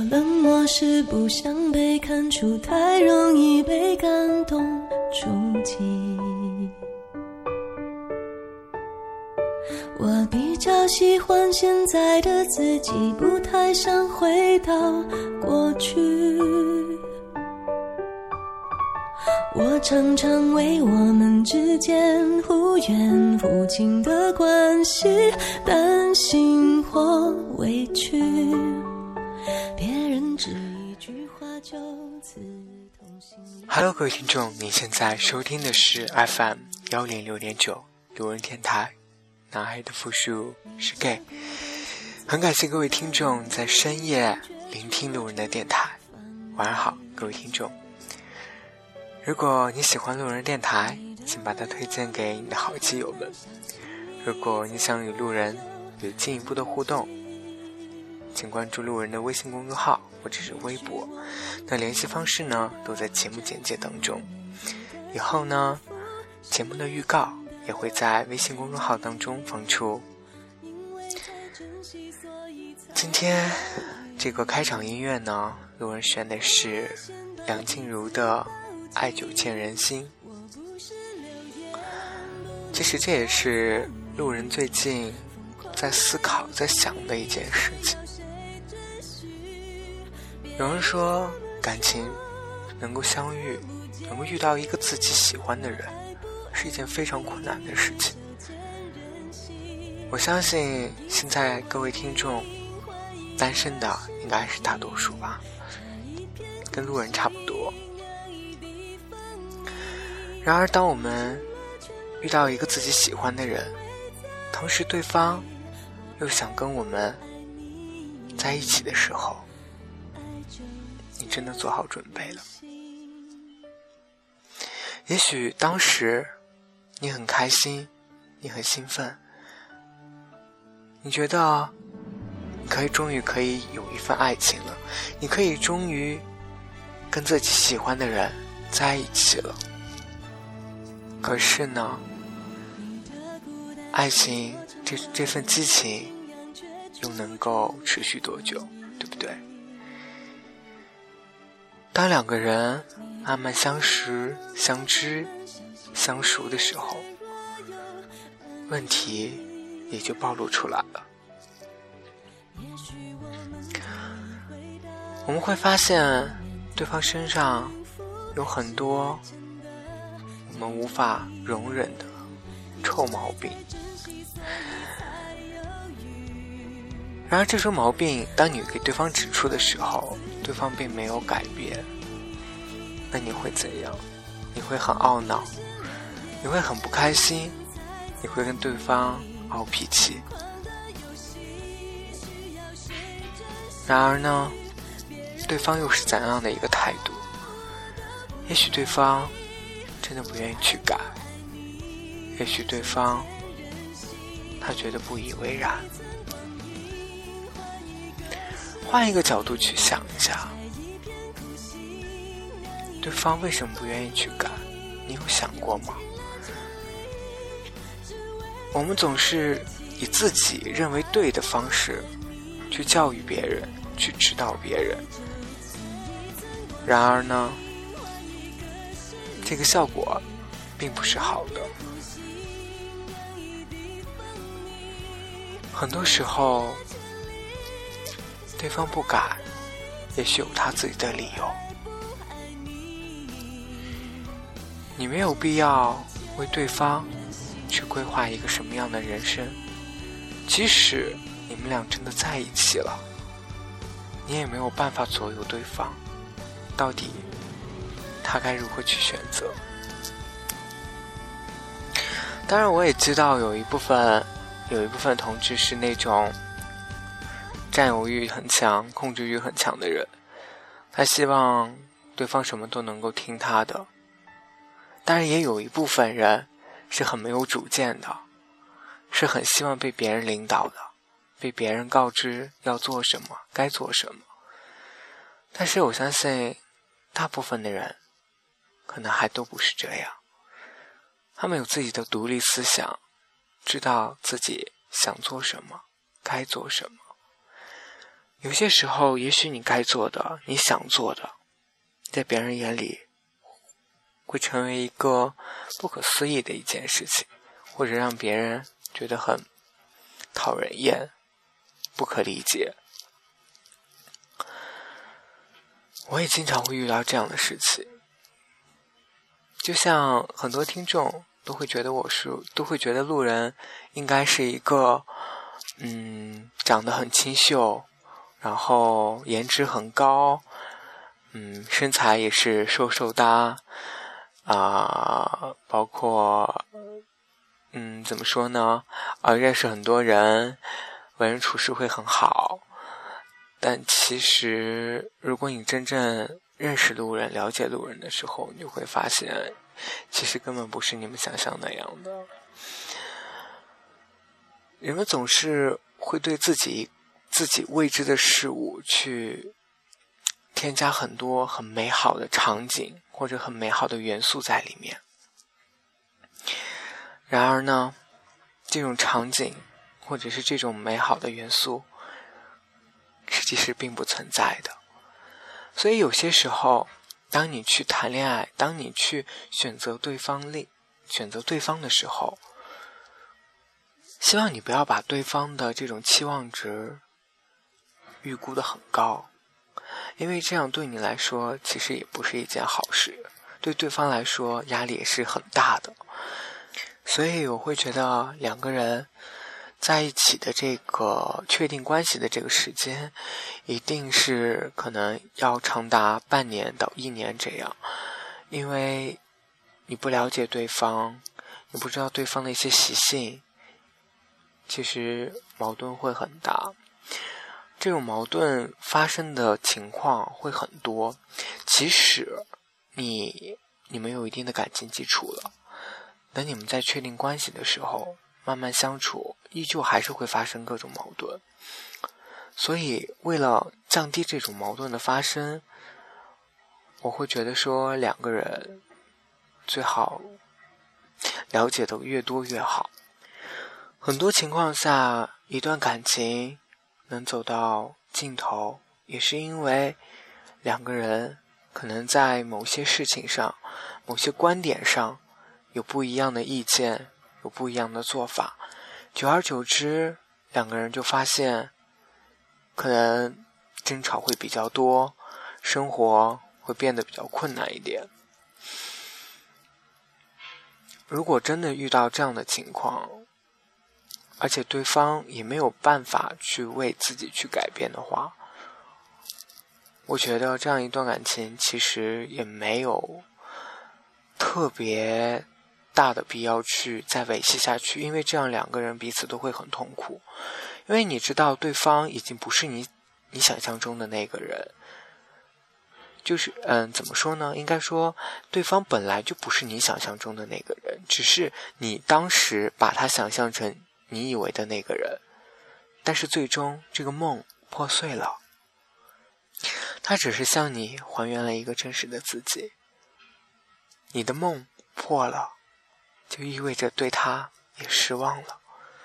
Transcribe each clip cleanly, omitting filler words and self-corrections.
冷漠是不想被看出，太容易被感动冲击。我比较喜欢现在的自己，不太想回到过去。我常常为我们之间忽远忽近的关系担心或委屈，别人只一句话就刺痛心里。 Hello， 各位听众，您现在收听的是 FM106.9 路人电台，男孩的复数是 gay。 很感谢各位听众在深夜聆听路人的电台。晚上好，各位听众。如果你喜欢路人电台，请把它推荐给你的好基友们。如果你想与路人有进一步的互动，请关注路人的微信公众号或者是微博，那联系方式呢都在节目简介当中。以后呢，节目的预告也会在微信公众号当中放出。今天这个开场音乐呢，路人选的是梁静茹的爱久见人心。其实这也是路人最近在思考在想的一件事情。有人说感情能够相遇，能够遇到一个自己喜欢的人，是一件非常困难的事情。我相信现在各位听众单身的应该是大多数吧，跟路人差不多。然而当我们遇到一个自己喜欢的人，同时对方又想跟我们在一起的时候，你真的做好准备了。也许当时你很开心，你很兴奋，你觉得你终于可以有一份爱情了，你可以终于跟自己喜欢的人在一起了。可是呢，爱情这份激情又能够持续多久，对不对？当两个人慢慢相识、相知、相熟的时候，问题也就暴露出来了。我们会发现对方身上有很多我们无法容忍的臭毛病。然而这种毛病当你给对方指出的时候，对方并没有改变，那你会怎样？你会很懊恼，你会很不开心，你会跟对方傲脾气。然而呢，对方又是怎样的一个态度？也许对方真的不愿意去改，也许对方他觉得不以为然。换一个角度去想一下，对方为什么不愿意去改？你有想过吗？我们总是以自己认为对的方式去教育别人，去指导别人，然而呢，这个效果并不是好的。很多时候对方不改，也许有他自己的理由。你没有必要为对方去规划一个什么样的人生，即使你们俩真的在一起了，你也没有办法左右对方，到底他该如何去选择。当然我也知道有一部分同志是那种占有欲很强、控制欲很强的人，他希望对方什么都能够听他的。当然也有一部分人是很没有主见的，是很希望被别人领导的，被别人告知要做什么，该做什么。但是我相信大部分的人可能还都不是这样，他们有自己的独立思想，知道自己想做什么，该做什么。 有些时候也许你该做的，你想做的，在别人眼里会成为一个不可思议的一件事情，或者让别人觉得很讨人厌，不可理解。我也经常会遇到这样的事情，就像很多听众都会觉得路人应该是一个长得很清秀，然后颜值很高，身材也是瘦瘦哒包括怎么说呢，认识很多人，为人处事会很好。但其实如果你真正认识路人，了解路人的时候，你就会发现其实根本不是你们想象那样的。人们总是会对自己未知的事物去添加很多很美好的场景或者很美好的元素在里面。然而呢，这种场景或者是这种美好的元素实际是并不存在的。所以有些时候，当你去谈恋爱，当你去选择对方的时候，希望你不要把对方的这种期望值预估得很高，因为这样对你来说其实也不是一件好事，对对方来说压力也是很大的。所以我会觉得两个人在一起的这个确定关系的这个时间，一定是可能要长达半年到1年这样，因为你不了解对方，你不知道对方的一些习性，其实矛盾会很大。这种矛盾发生的情况会很多，即使你们有一定的感情基础了，等你们在确定关系的时候，慢慢相处，依旧还是会发生各种矛盾。所以为了降低这种矛盾的发生，我会觉得说两个人最好了解的越多越好。很多情况下，一段感情能走到尽头，也是因为两个人可能在某些事情上，某些观点上有不一样的意见，有不一样的做法，久而久之，两个人就发现可能争吵会比较多，生活会变得比较困难一点。如果真的遇到这样的情况，而且对方也没有办法去为自己去改变的话，我觉得这样一段感情其实也没有特别大的必要去再维系下去，因为这样两个人彼此都会很痛苦。因为你知道对方已经不是你想象中的那个人，就是怎么说呢，应该说对方本来就不是你想象中的那个人，只是你当时把他想象成你以为的那个人，但是最终这个梦破碎了，他只是向你还原了一个真实的自己。你的梦破了，就意味着对他也失望了。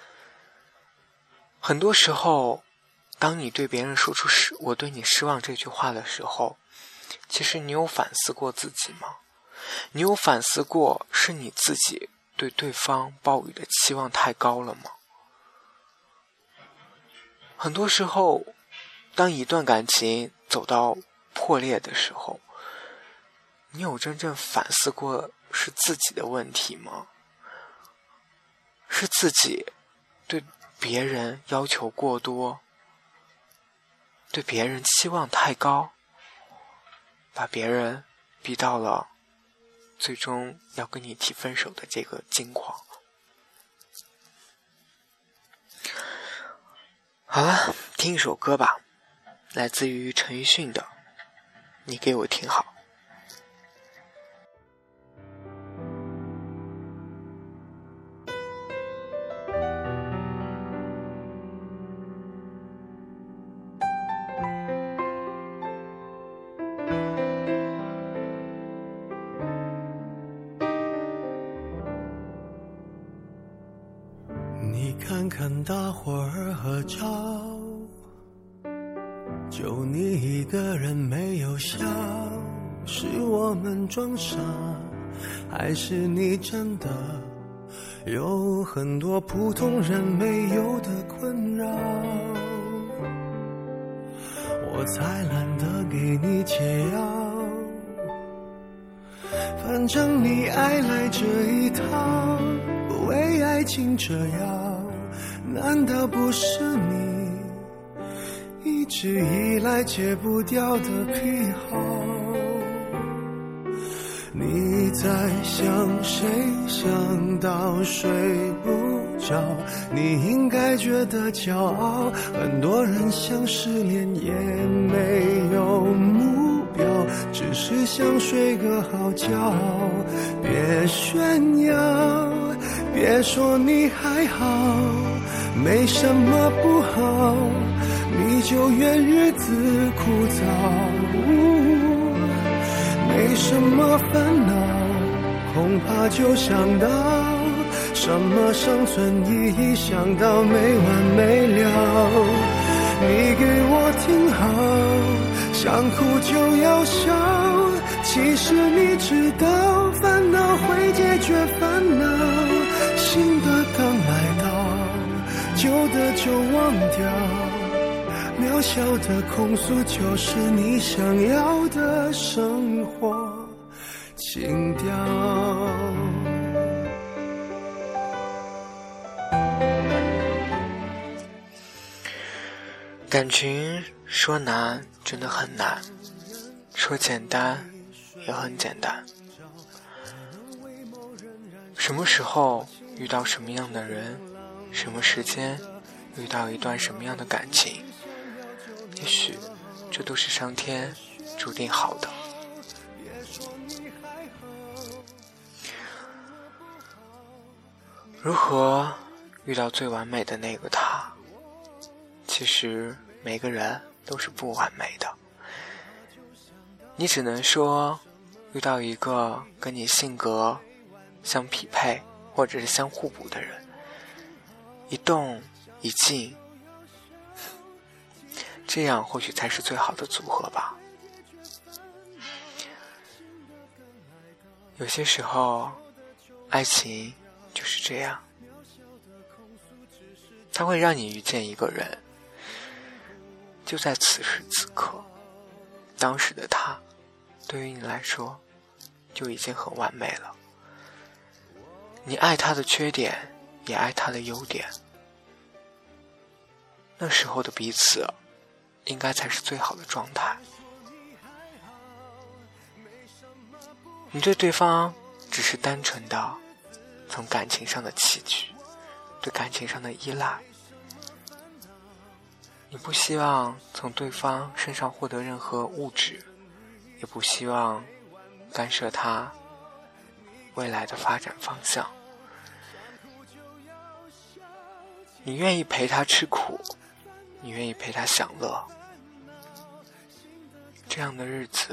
很多时候，当你对别人说出我对你失望这句话的时候，其实你有反思过自己吗？你有反思过是你自己对对方抱有的期望太高了吗？很多时候，当一段感情走到破裂的时候，你有真正反思过是自己的问题吗？是自己对别人要求过多，对别人期望太高，把别人逼到了最终要跟你提分手的这个境况。好了，听一首歌吧，来自于陈奕迅的《你给我听好》。 你看看大伙儿合照， 就你一个人没有笑，是我们装傻，还是你真的有很多普通人没有的困扰？我才懒得给你解药，反正你爱来这一套，为爱情折腰，难道不是你一直以来戒不掉的癖好？你在想谁，想到睡不着，你应该觉得骄傲。很多人想失恋也没有目标，只是想睡个好觉。别炫耀，别说你还好，没什么不好，你就怨日子枯燥。没什么烦恼，恐怕就想到什么生存意义，想到没完没了。你给我听好，想哭就要笑，其实你知道烦恼会解决烦恼，新的刚来到，旧的就忘掉，渺小的控诉就是你想要的生活情调。 感情说难真的很难，说简单也很简单。什么时候遇到什么样的人，什么时间遇到一段什么样的感情，也许这都是上天注定好的。如何遇到最完美的那个他？其实每个人都是不完美的，你只能说遇到一个跟你性格相匹配或者是相互补的人，一动一静，这样或许才是最好的组合吧。有些时候爱情就是这样，它会让你遇见一个人，就在此时此刻，当时的他对于你来说就已经很完美了。你爱他的缺点，也爱他的优点，那时候的彼此应该才是最好的状态。你对对方只是单纯的从感情上的期许，对感情上的依赖，你不希望从对方身上获得任何物质，也不希望干涉他未来的发展方向。你愿意陪他吃苦，你愿意陪他享乐，这样的日子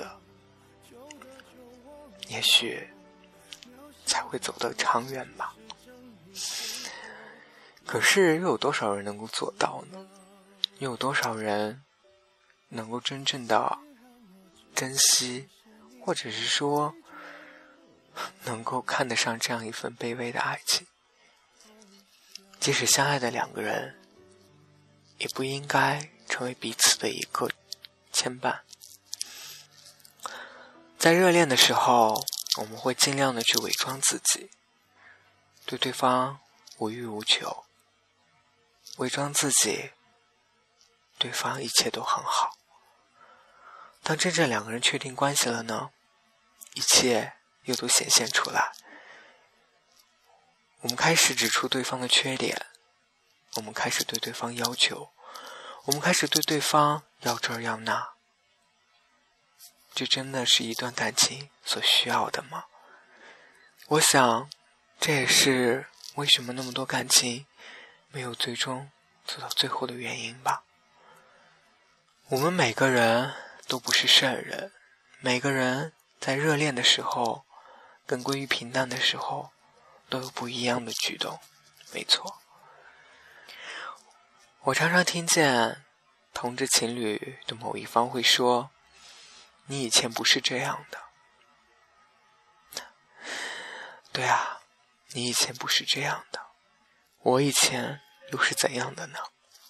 也许才会走得长远吧。可是又有多少人能够做到呢？又有多少人能够真正的珍惜，或者是说能够看得上这样一份卑微的爱情？即使相爱的两个人，也不应该成为彼此的一个牵绊。在热恋的时候，我们会尽量的去伪装自己，对对方无欲无求，伪装自己对方一切都很好。当真正两个人确定关系了呢，一切又都显现出来。我们开始指出对方的缺点，我们开始对对方要求，我们开始对对方要这儿要那。这真的是一段感情所需要的吗？我想这也是为什么那么多感情没有最终走到最后的原因吧。我们每个人都不是圣人，每个人在热恋的时候跟归于平淡的时候都有不一样的举动。没错，我常常听见同志情侣的某一方会说，你以前不是这样的。对啊，你以前不是这样的，我以前又是怎样的呢？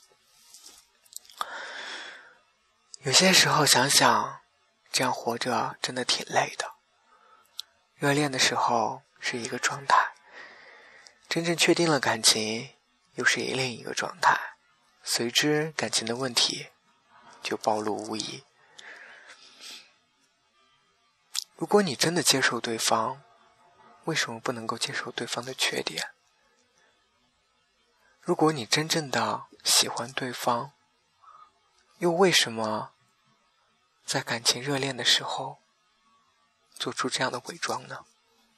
有些时候想想，这样活着真的挺累的。热恋的时候是一个状态，真正确定了感情又是另一个状态，随之感情的问题就暴露无遗。如果你真的接受对方，为什么不能够接受对方的缺点？如果你真正的喜欢对方，又为什么在感情热恋的时候做出这样的伪装呢？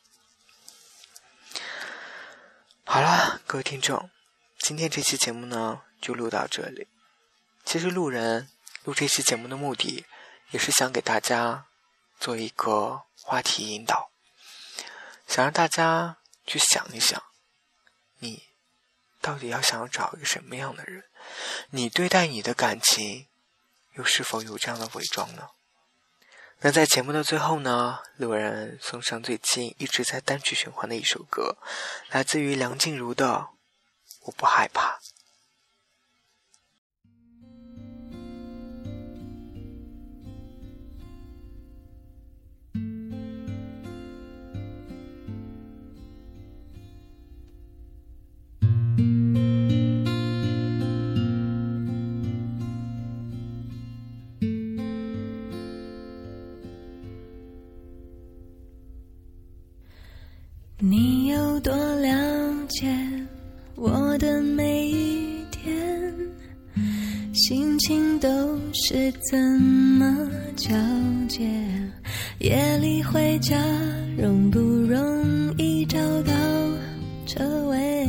好了，各位听众，今天这期节目呢就录到这里。其实录这期节目的目的也是想给大家做一个话题引导，想让大家去想一想，你到底要想要找一个什么样的人，你对待你的感情又是否有这样的伪装呢？那在节目的最后呢，路人送上最近一直在单曲循环的一首歌，来自于梁静茹的《我不害怕》。 你有多了解我的每一天，心情都是怎么交接，夜里回家容不容易找到车位，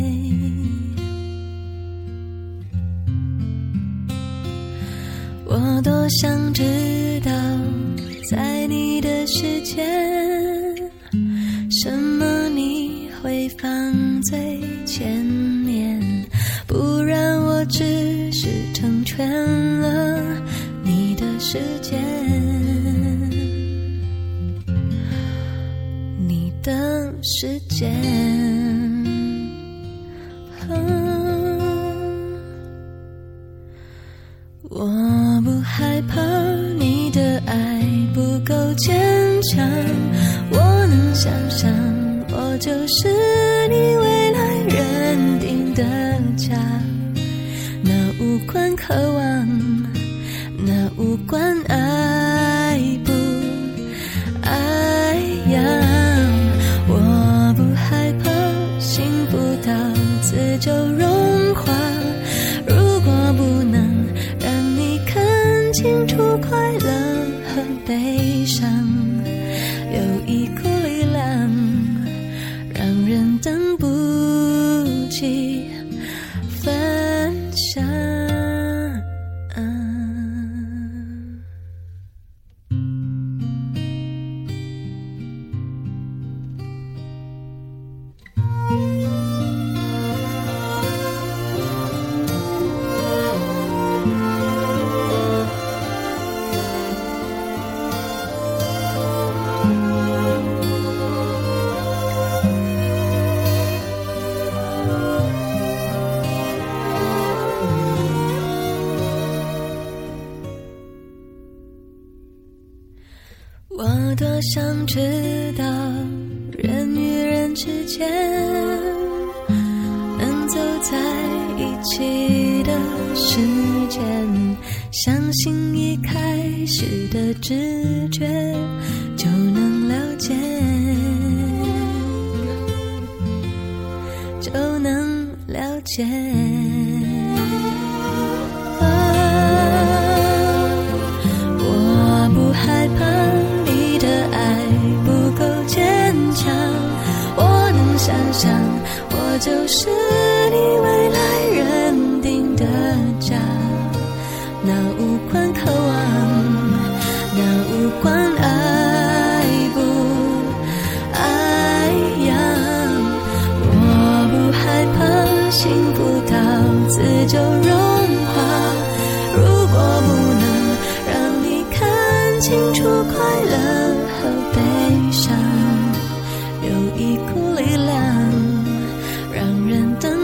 我多想知道在你的世界什么你会放最前面，不然我只是成全了你的时间，你的时间。我不害怕你的爱不够坚强，我能想象我就是你未来认定的家，那无关渴望，那无关爱不爱呀，我不害怕幸福到此就融化，如果不能让你看清楚快乐和悲伤，有一股力量让人等不及分享。我多想知道人与人之间能走在一起的时间，相信一开始的直觉就能了解，就能了解。我不害怕你的爱不够坚强，我能想象我就是你未来认定的家，那无关渴望，那无关爱不爱呀，我不害怕幸福到此就融化，如果分清楚快乐和悲伤，有一股力量让人等